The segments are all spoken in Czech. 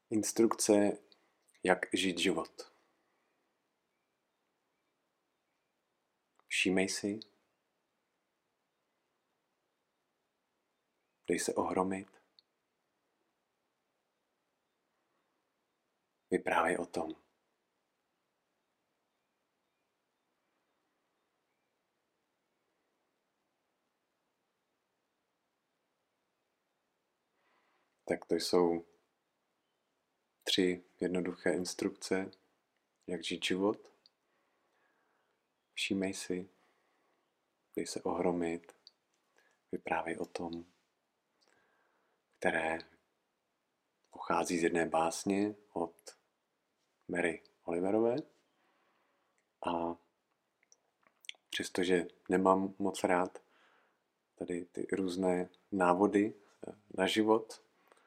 Instrukce, jak žít život. Všímej si, dej se ohromit, vyprávěj o tom. Tak to jsou 3 jednoduché instrukce, jak žít život. Všímej si, dej se ohromit, vyprávěj o tom, které pochází z jedné básně od Mary Oliverové. A přestože nemám moc rád tady ty různé návody na život,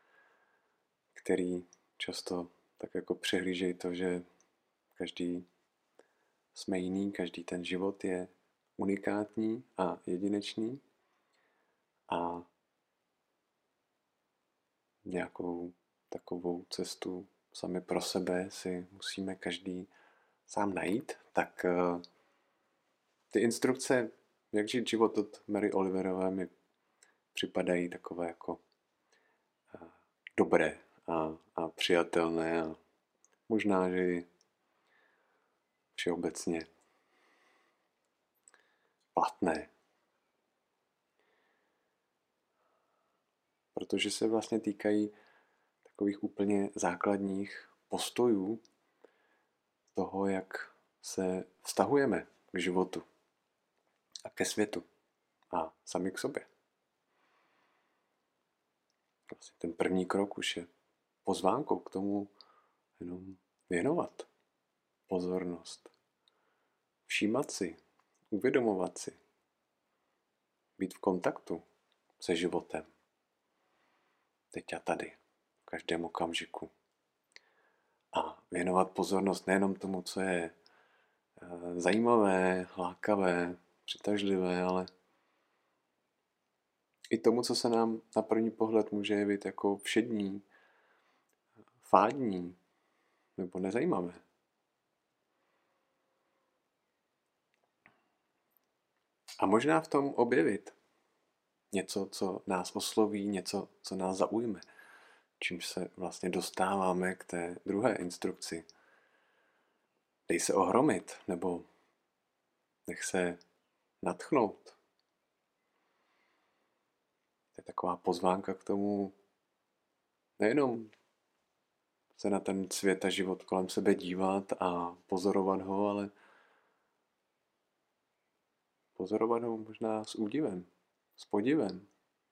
který často tak jako přehlížejí to, že každý jsme jiný, každý ten život je unikátní a jedinečný a nějakou takovou cestu sami pro sebe si musíme každý sám najít, tak ty instrukce, jak žít život od Mary Oliverové, mi připadají takové jako dobré a přijatelné a možná, že i všeobecně platné. Protože se vlastně týkají takových úplně základních postojů toho, jak se vztahujeme k životu a ke světu a sami k sobě. Vlastně ten první krok už je pozvánkou k tomu jenom věnovat pozornost, všímat si, uvědomovat si, být v kontaktu se životem. Teď a tady, v každém okamžiku. A věnovat pozornost nejenom tomu, co je zajímavé, lákavé, přitažlivé, ale i tomu, co se nám na první pohled může jevit jako všední, fádní nebo nezajímavé. A možná v tom objevit něco, co nás osloví, něco, co nás zaujme, čímž se vlastně dostáváme k té druhé instrukci. Dej se ohromit, nebo nech se nadchnout. To je taková pozvánka k tomu nejenom se na ten svět a život kolem sebe dívat a pozorovat ho, ale pozorovat ho možná s údivem, s podivem,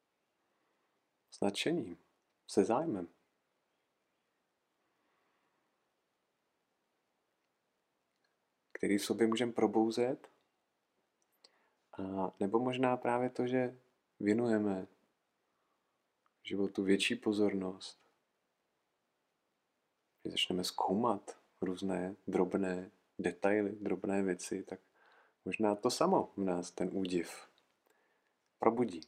s nadšením, se zájmem. Který v sobě můžeme probouzet, a nebo možná právě to, že věnujeme životu větší pozornost, že začneme zkoumat různé drobné detaily, drobné věci, tak možná to samo v nás ten údiv probudí.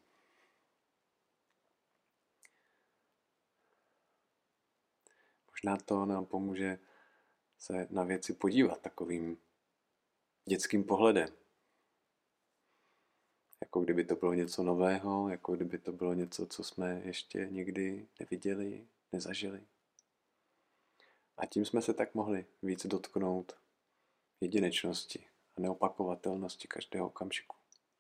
Možná to nám pomůže se na věci podívat takovým dětským pohledem. Jako kdyby to bylo něco nového, jako kdyby to bylo něco, co jsme ještě nikdy neviděli, nezažili. A tím jsme se tak mohli víc dotknout jedinečnosti a neopakovatelnosti každého okamžiku.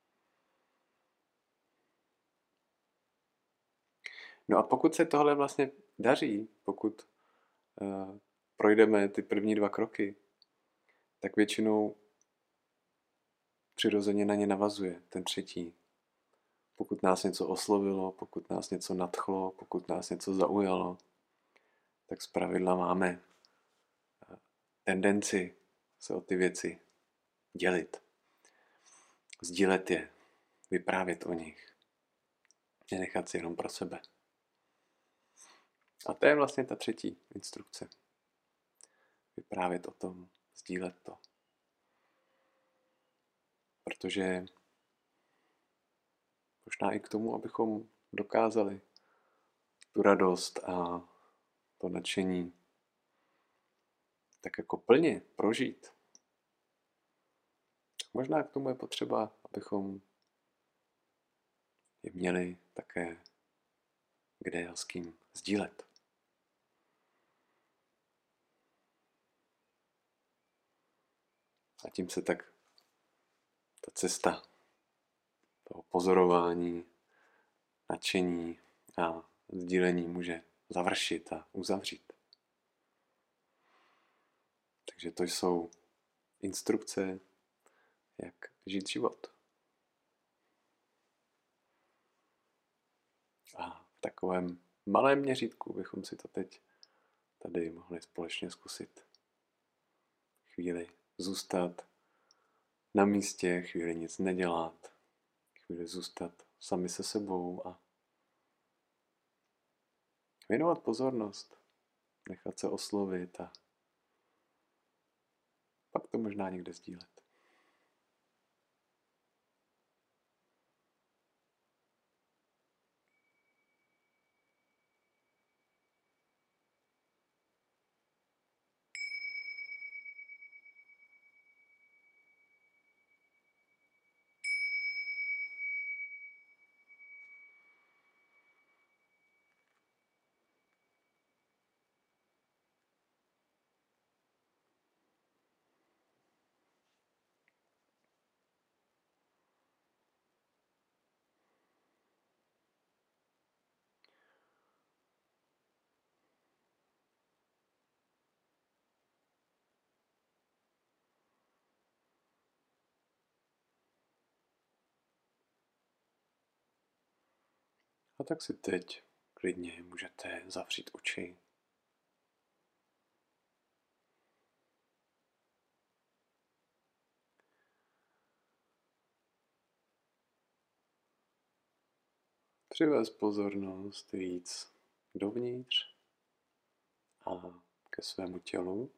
No a pokud se tohle vlastně daří, pokud projdeme ty první 2 kroky, tak většinou přirozeně na ně navazuje ten třetí. Pokud nás něco oslovilo, pokud nás něco nadchlo, pokud nás něco zaujalo, tak zpravidla máme tendenci se o ty věci dělit. Sdílet je, vyprávět o nich. Nenechat si jenom pro sebe. A to je vlastně ta třetí instrukce. Vyprávět o tom, sdílet to. Protože možná i k tomu, abychom dokázali tu radost a to nadšení tak jako plně prožít. Možná k tomu je potřeba, abychom je měli také kde a s kým sdílet. A tím se tak ta cesta toho pozorování, nadšení a sdílení může završit a uzavřít. Takže to jsou instrukce, jak žít život. A v takovém malém měřítku bychom si to teď tady mohli společně zkusit. Chvíli zůstat na místě, chvíli nic nedělat, chvíli zůstat sami se sebou a věnovat pozornost, nechat se oslovit a pak to možná někde sdílet. A tak si teď klidně můžete zavřít oči. Přivést pozornost víc dovnitř a ke svému tělu.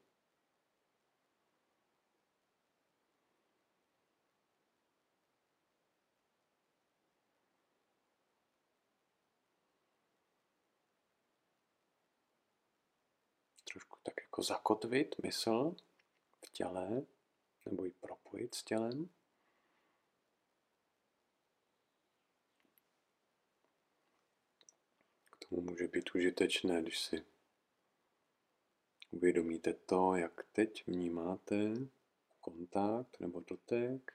Trošku tak jako zakotvit mysl v těle, nebo ji propojit s tělem. K tomu může být užitečné, když si uvědomíte to, jak teď vnímáte kontakt nebo dotek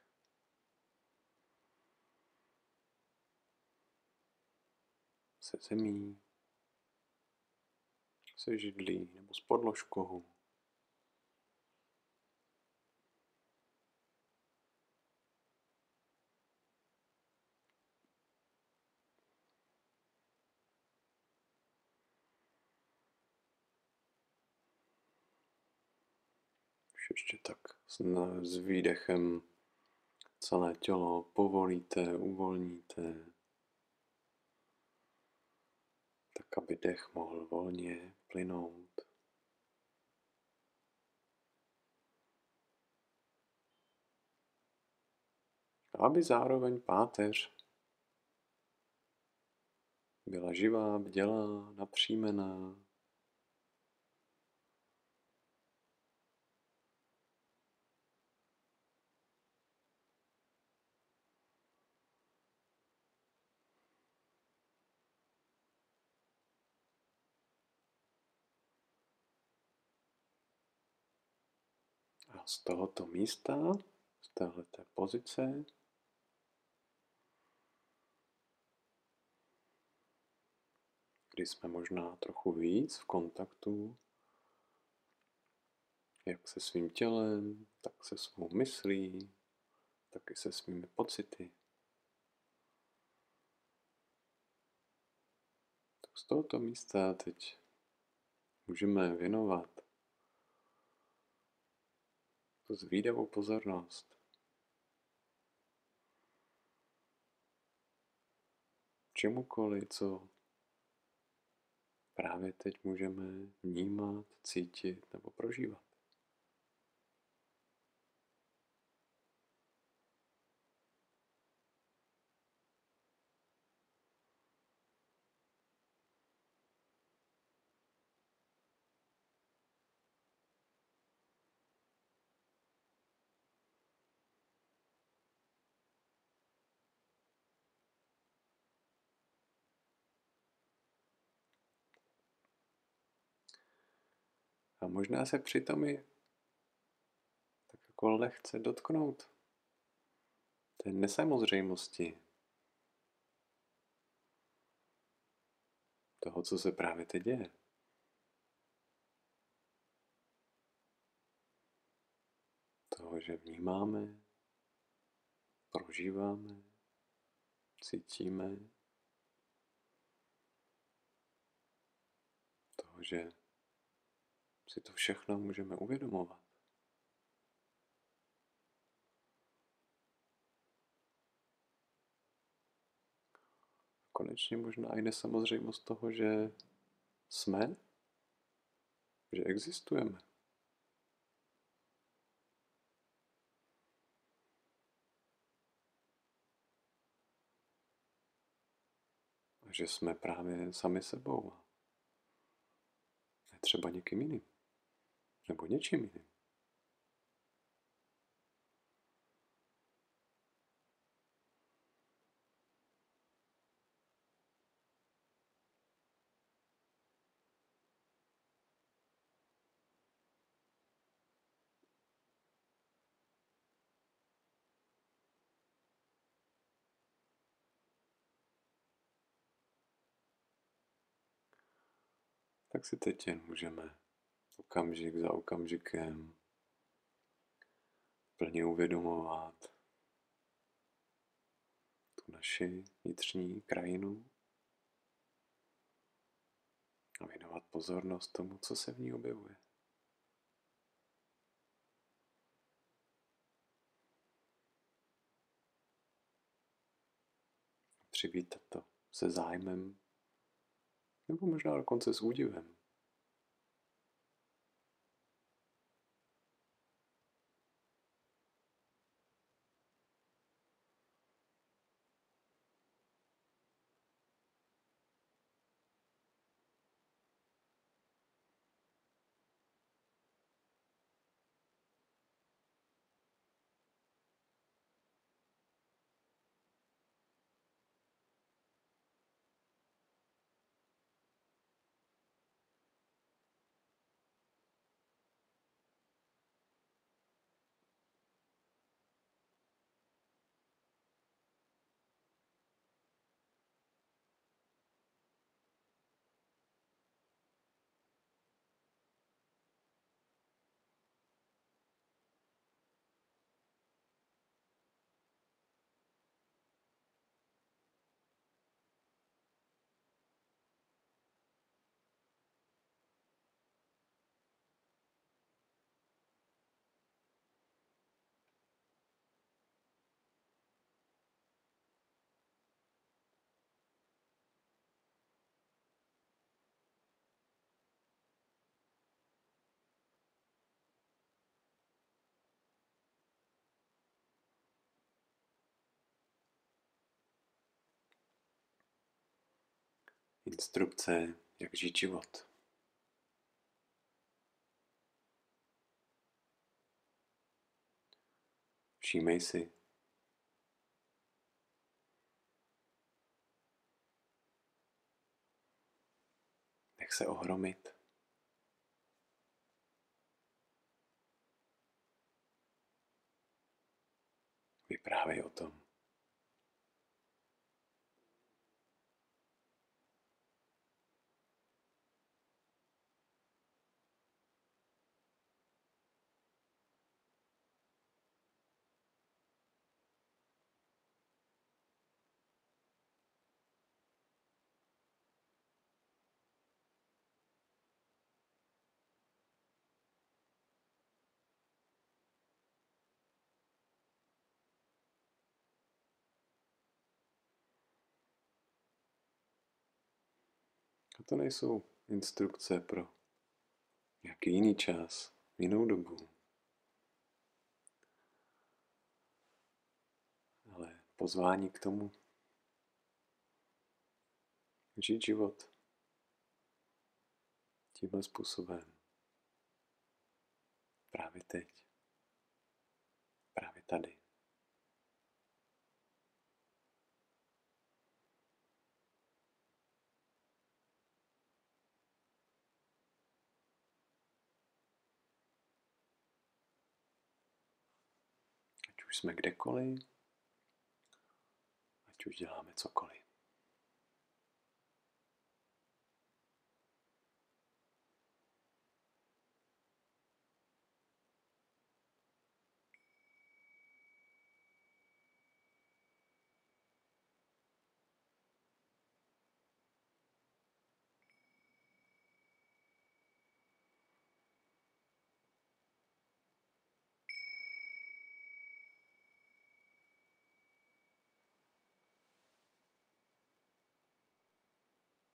se zemí, se židlí nebo s podložkou. Už ještě tak s výdechem celé tělo povolíte, uvolníte, tak aby dech mohl volně plynout. A aby zároveň páteř byla živá, bdělá, napřímená. A z tohoto místa, z téhleté pozice, kdy jsme možná trochu víc v kontaktu, jak se svým tělem, tak se svou myslí, tak i se svými pocity. Tak z tohoto místa teď můžeme věnovat tu zvídavou pozornost čemukoliv, co právě teď můžeme vnímat, cítit nebo prožívat. A možná se přitom i tak jako lehce dotknout té nesamozřejmosti toho, co se právě teď děje. Toho, že vnímáme, prožíváme, cítíme, toho, že si to všechno můžeme uvědomovat. Konečně možná i nesamozřejmost toho, že jsme, že existujeme. A že jsme právě sami sebou. Ne třeba někým jiným. Nebo něčím jiným. Tak si teď jen můžeme okamžik za okamžikem plně uvědomovat tu naši vnitřní krajinu a věnovat pozornost tomu, co se v ní objevuje. Přivítat to se zájmem nebo možná dokonce s údivem. Instrukce, jak žít život. Všímej si, nech se ohromit. Vyprávěj o tom. A to nejsou instrukce pro nějaký jiný čas, jinou dobu. Ale pozvání k tomu žít život tímhle způsobem. Právě teď. Právě tady. už jsme kdekoliv, ať už děláme cokoliv.